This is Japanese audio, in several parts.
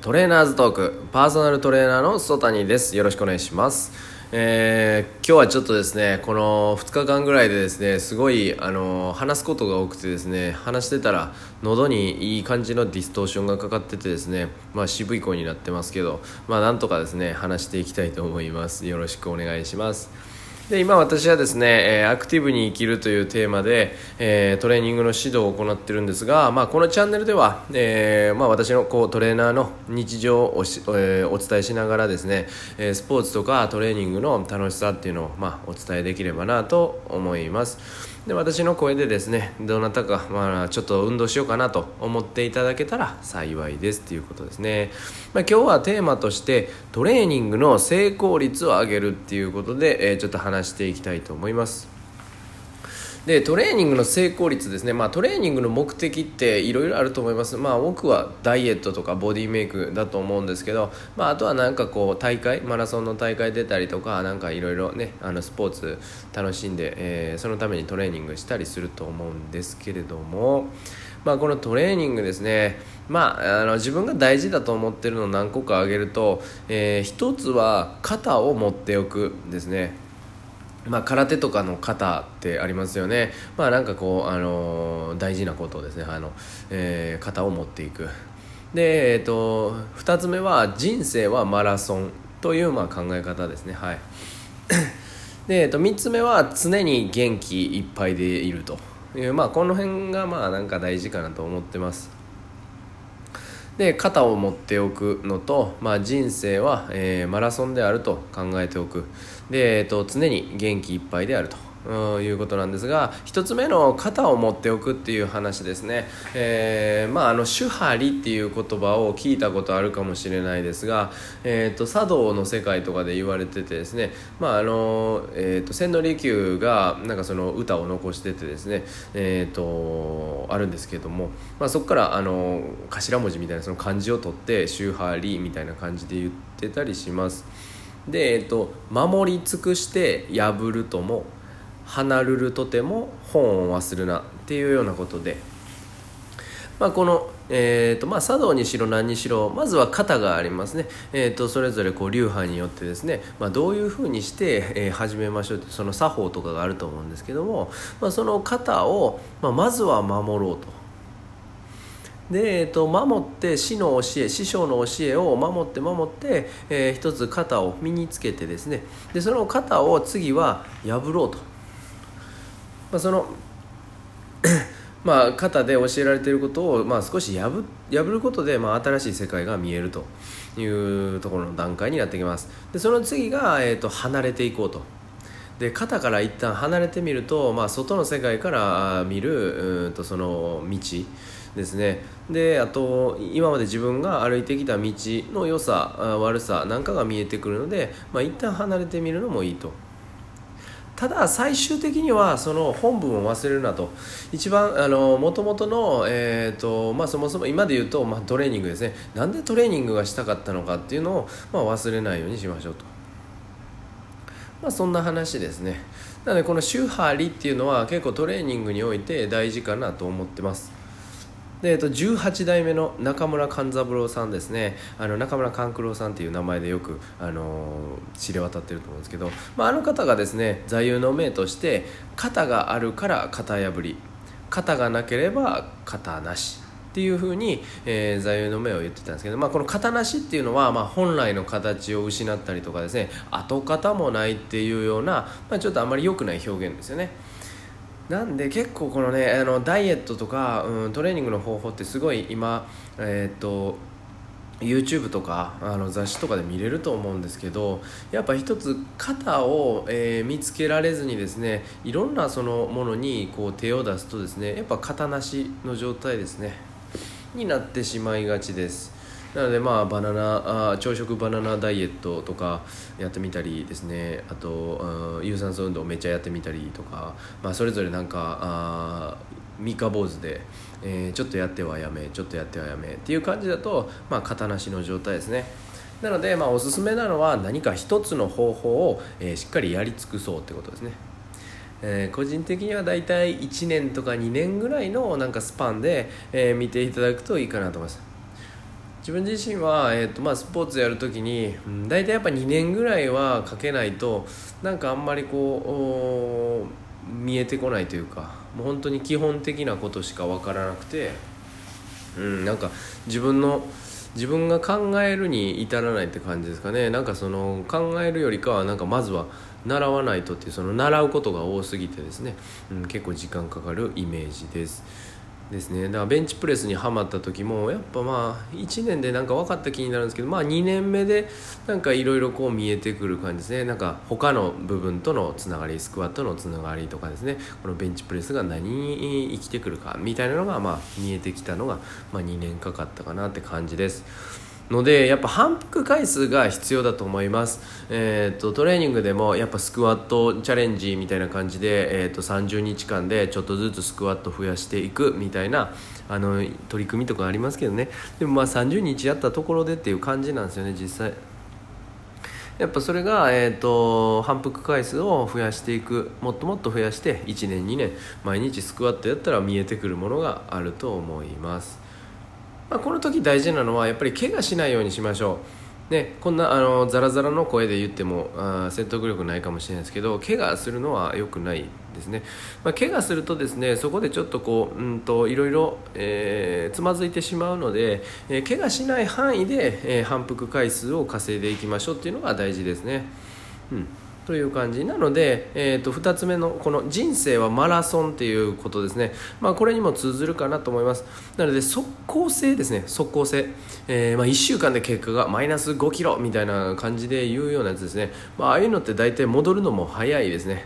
トレーナーズトークパーソナルトレーナーの曽谷です。よろしくお願いします。今日はちょっとですねこの2日間ぐらいでですねすごい話すことが多くてですね、話してたら喉にいい感じのディストーションがかかっててですね、渋い声になってますけど、なんとかですね話していきたいと思います。よろしくお願いします。で今私はですね、アクティブに生きるというテーマで、トレーニングの指導を行っているんですが、このチャンネルでは、私のトレーナーの日常をお伝えしながらですね、スポーツとかトレーニングの楽しさっていうのを、お伝えできればなと思います。で私の声でですねどなたか、ちょっと運動しようかなと思っていただけたら幸いですということですね。今日はテーマとしてトレーニングの成功率を上げるっていうことで、ちょっと話していきたいと思います。でトレーニングの成功率ですね、トレーニングの目的っていろいろあると思います。多くはダイエットとかボディメイクだと思うんですけど、あとは大会マラソンの大会出たりとかいろいろねスポーツ楽しんで、そのためにトレーニングしたりすると思うんですけれども、このトレーニングですね、自分が大事だと思ってるのを何個か挙げると、一つは肩を持っておくですね。空手とかの型ってありますよね。大事なことをですね型を持っていく。で、2つ目は人生はマラソンという考え方ですね。はいで、3つ目は常に元気いっぱいでいるという、この辺が大事かなと思ってます。で肩を持っておくのと、人生は、マラソンであると考えておく。で、常に元気いっぱいであるということなんですが、一つ目の肩を持っておくっていう話ですね。手張りっていう言葉を聞いたことあるかもしれないですが、茶道の世界とかで言われててですね、千利休がその歌を残しててですね、あるんですけども、そこから頭文字みたいなその漢字を取って手張りみたいな感じで言ってたりします。で、守り尽くして破るとも離るるとても本を忘るなっていうようなことで、この茶道にしろ何にしろまずは型がありますね。それぞれ流派によってですね、どういうふうにして、始めましょうというその作法とかがあると思うんですけども、その型を、まずは守ろうと。で、守って師匠の教えを守って、一つ型を身につけてですね、でその型を次は破ろうと、その型で教えられていることを、少し破ることで、新しい世界が見えるというところの段階になってきます。でその次が、離れていこうと。で型から一旦離れてみると、外の世界から見るその道ですね。であと今まで自分が歩いてきた道の良さ悪さなんかが見えてくるので、一旦離れてみるのもいいと。ただ最終的にはその本文を忘れるなと。一番元々の、そもそも今で言うと、トレーニングですね。なんでトレーニングがしたかったのかっていうのを、忘れないようにしましょうと。そんな話ですね。なのでこの手張りっていうのは結構トレーニングにおいて大事かなと思ってます。で18代目の中村勘三郎さんですね。中村勘九郎さんっていう名前でよく、知れ渡ってると思うんですけど、あの方がですね座右の銘として型があるから型破り、型がなければ型なしっていう風に、座右の銘を言ってたんですけど、この型なしっていうのは、本来の形を失ったりとかですね、跡形もないっていうような、ちょっとあまり良くない表現ですよね。なんで結構このねダイエットとか、トレーニングの方法ってすごい今YouTube とか雑誌とかで見れると思うんですけど、やっぱ一つ型を、見つけられずにですね、いろんなそのものに手を出すとですね、やっぱ型なしの状態ですねになってしまいがちです。なので朝食バナナダイエットとかやってみたりですね、あと有酸素運動めっちゃやってみたりとか、それぞれ三日坊主で、ちょっとやってはやめちょっとやってはやめっていう感じだと、型なしの状態ですね。なので、おすすめなのは何か一つの方法を、しっかりやり尽くそうってことですね。個人的にはだいたい1年とか2年ぐらいのスパンで、見ていただくといいかなと思います。 自分自身は、スポーツやるときに、大体やっぱ2年ぐらいはかけないとなんかあんまりこう見えてこないというか、もう本当に基本的なことしか分からなくて、なんか自分が考えるに至らないって感じですかね。なんかその考えるよりかはなんかまずは習わないとっていう、その習うことが多すぎてですね、結構時間かかるイメージですね。だからベンチプレスにはまった時もやっぱ1年でなんか分かった気になるんですけど、2年目でなんかいろいろこう見えてくる感じですね。なんか他の部分とのつながり、スクワットのつながりとかですね、このベンチプレスが何に生きてくるかみたいなのが見えてきたのが2年かかったかなって感じですので、やっぱ反復回数が必要だと思います。トレーニングでもやっぱスクワットチャレンジみたいな感じで、30日間でちょっとずつスクワット増やしていくみたいな取り組みとかありますけどね。でも30日やったところでっていう感じなんですよね、実際。やっぱそれが、反復回数を増やしていく、もっともっと増やして1年2年毎日スクワットやったら見えてくるものがあると思います。この時大事なのはやっぱり怪我しないようにしましょう、ね、こんなザラザラの声で言っても説得力ないかもしれないですけど、怪我するのは良くないですね。怪我するとですね、そこでちょっとこういろいろつまずいてしまうので、怪我しない範囲で、反復回数を稼いでいきましょうっていうのが大事ですね。という感じなので、2つ目のこの人生はマラソンっていうことですね。これにも通ずるかなと思います。なので即効性ですね、即効性、1週間で結果がマイナス5キロみたいな感じで言うようなやつですね。ああいうのって大体戻るのも早いですね。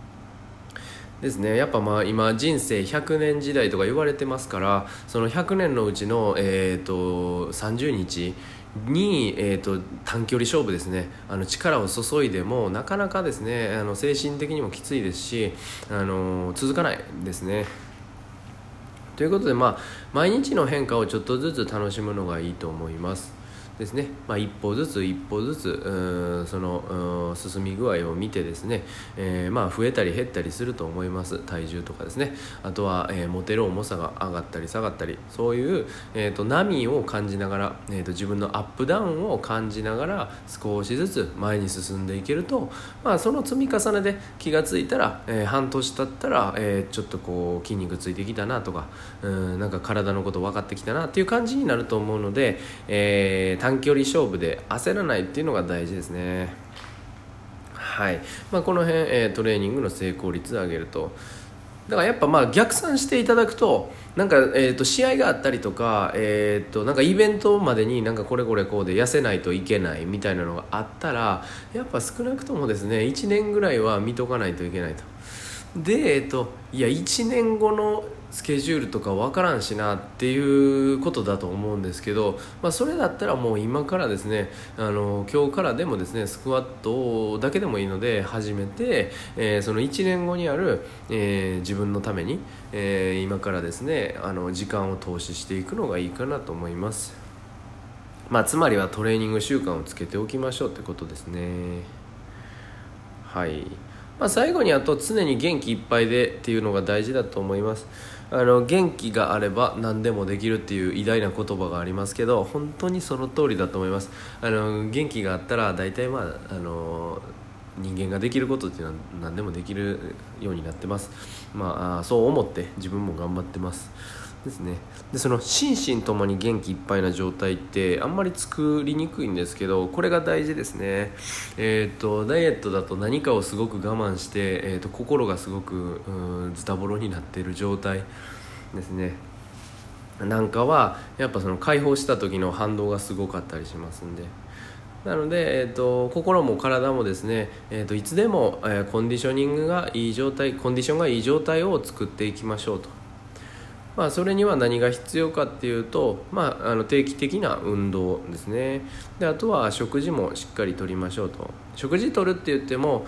やっぱ今人生100年時代とか言われてますから、その100年のうちの、30日に、短距離勝負ですね、力を注いでもなかなかですね、精神的にもきついですし、続かないですね。ということで、毎日の変化をちょっとずつ楽しむのがいいと思いますですね。一歩ずつその進み具合を見てですね、増えたり減ったりすると思います。体重とかですね、あとは、持てる重さが上がったり下がったり、そういう、波を感じながら、自分のアップダウンを感じながら少しずつ前に進んでいけると、その積み重ねで気がついたら、半年経ったら、ちょっとこう筋肉ついてきたなとか、なんか体のこと分かってきたなっていう感じになると思うので、短距離勝負で焦らないっていうのが大事ですね。はい。この辺、トレーニングの成功率を上げると、だからやっぱ逆算していただくと、なんか、試合があったりとか、なんかイベントまでになんかこれこうで痩せないといけないみたいなのがあったら、やっぱ少なくともですね1年ぐらいは見とかないといけないと。で、いや1年後のスケジュールとか分からんしなっていうことだと思うんですけど、それだったらもう今からですね、今日からでもですねスクワットだけでもいいので始めて、その1年後にある、自分のために、今からですね時間を投資していくのがいいかなと思います。つまりはトレーニング習慣をつけておきましょうってことですね。はい。最後にあと常に元気いっぱいでっていうのが大事だと思います。元気があれば何でもできるっていう偉大な言葉がありますけど、本当にその通りだと思います。元気があったら大体人間ができることっていうのは何でもできるようになってます。そう思って自分も頑張ってますですね。でその心身ともに元気いっぱいな状態ってあんまり作りにくいんですけど、これが大事ですね。ダイエットだと何かをすごく我慢して、心がすごくズタボロになっている状態ですね。なんかはやっぱその解放した時の反動がすごかったりしますんで、なので、心も体もですね、いつでも、コンディションがいい状態を作っていきましょうと。それには何が必要かっていうと、定期的な運動ですね。であとは食事もしっかりとりましょうと。食事とるって言っても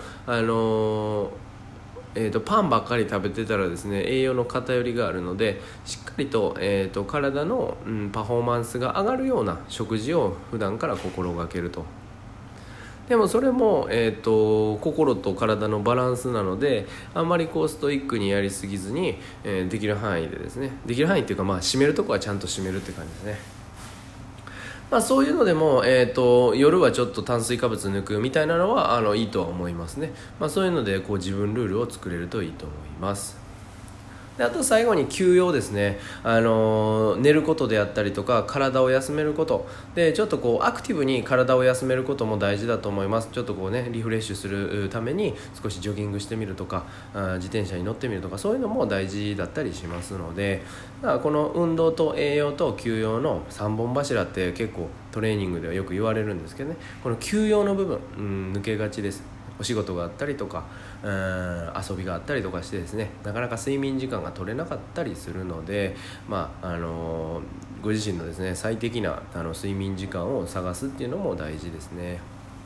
パンばっかり食べてたらですね栄養の偏りがあるので、しっかりと、体の、パフォーマンスが上がるような食事を普段から心がけると。でもそれも、心と体のバランスなので、あんまりストイックにやりすぎずに、できる範囲でですね、できる範囲っていうか締めるとこはちゃんと締めるって感じですね。 そういうのでも、夜はちょっと炭水化物抜くみたいなのはいいとは思いますね。そういうので自分ルールを作れるといいと思います。であと最後に休養ですね、寝ることであったりとか体を休めることで、ちょっとアクティブに体を休めることも大事だと思います。ちょっとリフレッシュするために少しジョギングしてみるとか、自転車に乗ってみるとか、そういうのも大事だったりしますので、この運動と栄養と休養の3本柱って結構トレーニングではよく言われるんですけどね、この休養の部分、抜けがちです。お仕事があったりとか遊びがあったりとかしてですね、なかなか睡眠時間が取れなかったりするので、ご自身のですね最適な睡眠時間を探すっていうのも大事ですね。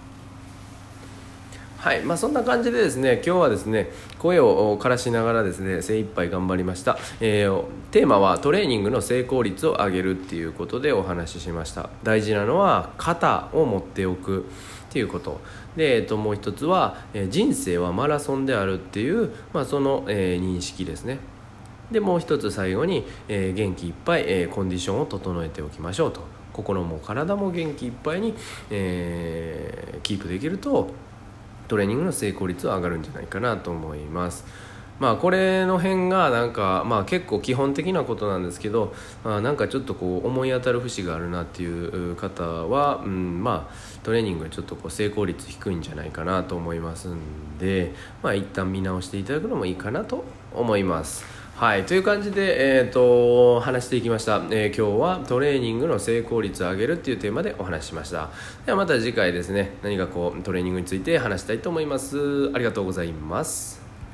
はい、そんな感じでですね、今日はですね声を枯らしながらですね精一杯頑張りました。テーマはトレーニングの成功率を上げるっていうことでお話ししました。大事なのは肩を持っておくっていうことで、もう一つは、人生はマラソンであるっていう、その、認識ですね。でもう一つ最後に、元気いっぱい、コンディションを整えておきましょうと。心も体も元気いっぱいに、キープできるとトレーニングの成功率は上がるんじゃないかなと思います。これの辺が結構基本的なことなんですけど、なんかちょっと思い当たる節があるなっていう方は、トレーニングちょっと成功率低いんじゃないかなと思いますんで、一旦見直していただくのもいいかなと思います。はい、という感じで、話していきました。今日はトレーニングの成功率を上げるっていうテーマでお話ししました。ではまた次回ですね、何かトレーニングについて話したいと思います。ありがとうございます。